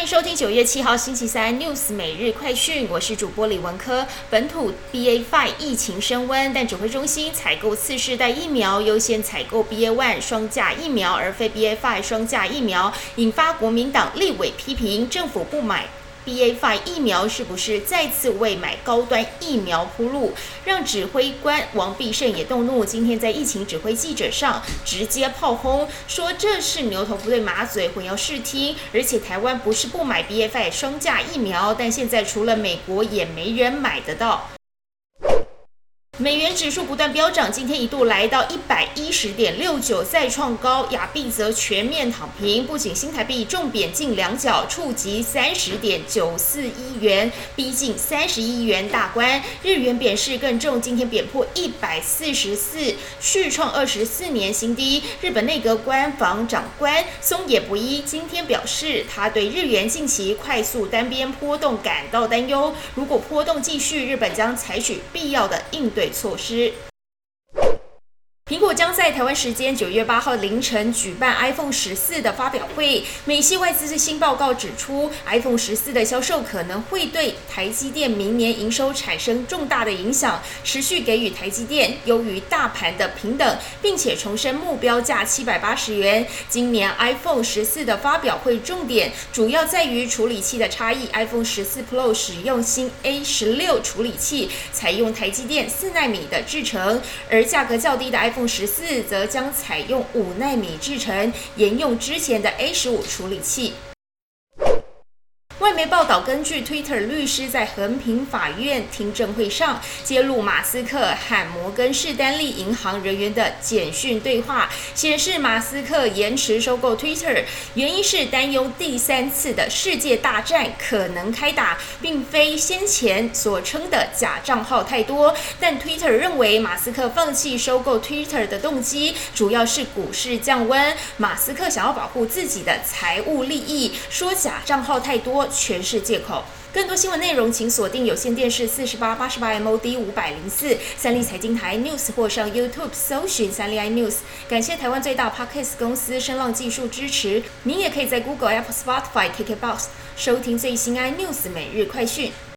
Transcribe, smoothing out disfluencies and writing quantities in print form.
迎收听9月7号星期三 News 每日快讯，我是主播李文科。本土 BA.5 疫情升温，但指挥中心采购次世代疫苗优先采购 BA.1 双价疫苗，而非 BA.5 双价疫苗，引发国民党立委批评政府不买BA.5 疫苗是不是再次为买高端疫苗铺路，让指挥官王必胜也动怒。今天在疫情指挥记者上直接炮轰，说这是牛头不对马嘴，混淆视听。而且台湾不是不买 BA.5 双价疫苗，但现在除了美国也没人买得到。美元指数不断飙涨，今天一度来到110.69，再创高。亚币则全面躺平，不仅新台币重贬近2角，触及30.941元，逼近31元大关。日元贬势更重，今天贬破144，续创24年新低。日本内阁官房长官松野博一今天表示，他对日元近期快速单边波动感到担忧，如果波动继续，日本将采取必要的应对措施。苹果将在台湾时间9月8号凌晨举办 iPhone 14的发表会。美系外资最新报告指出 ，iPhone 14的销售可能会对台积电明年营收产生重大的影响，持续给予台积电优于大盘的平等，并且重申目标价780元。今年 iPhone 14的发表会重点主要在于处理器的差异 ，iPhone 14 Pro 使用新 A16 处理器，采用台积电4奈米的制程，而价格较低的iPhone 14则将采用5奈米制程，沿用之前的 A15 处理器。外媒报道，根据 Twitter 律师在横平法院听证会上揭露马斯克和摩根士丹利银行人员的简讯对话，显示马斯克延迟收购 Twitter， 原因是担忧第3次的世界大战可能开打，并非先前所称的假账号太多。但 Twitter 认为马斯克放弃收购 Twitter 的动机主要是股市降温，马斯克想要保护自己的财务利益，说假账号太多全是借口。更多新闻内容，请锁定有线电视4888MOD 504三立财经台 News 或上 YouTube 搜寻三立 iNews。感谢台湾最大 Podcast 公司声浪技术支持。您也可以在 Google、Apple、Spotify、KKBox 收听最新 iNews 每日快讯。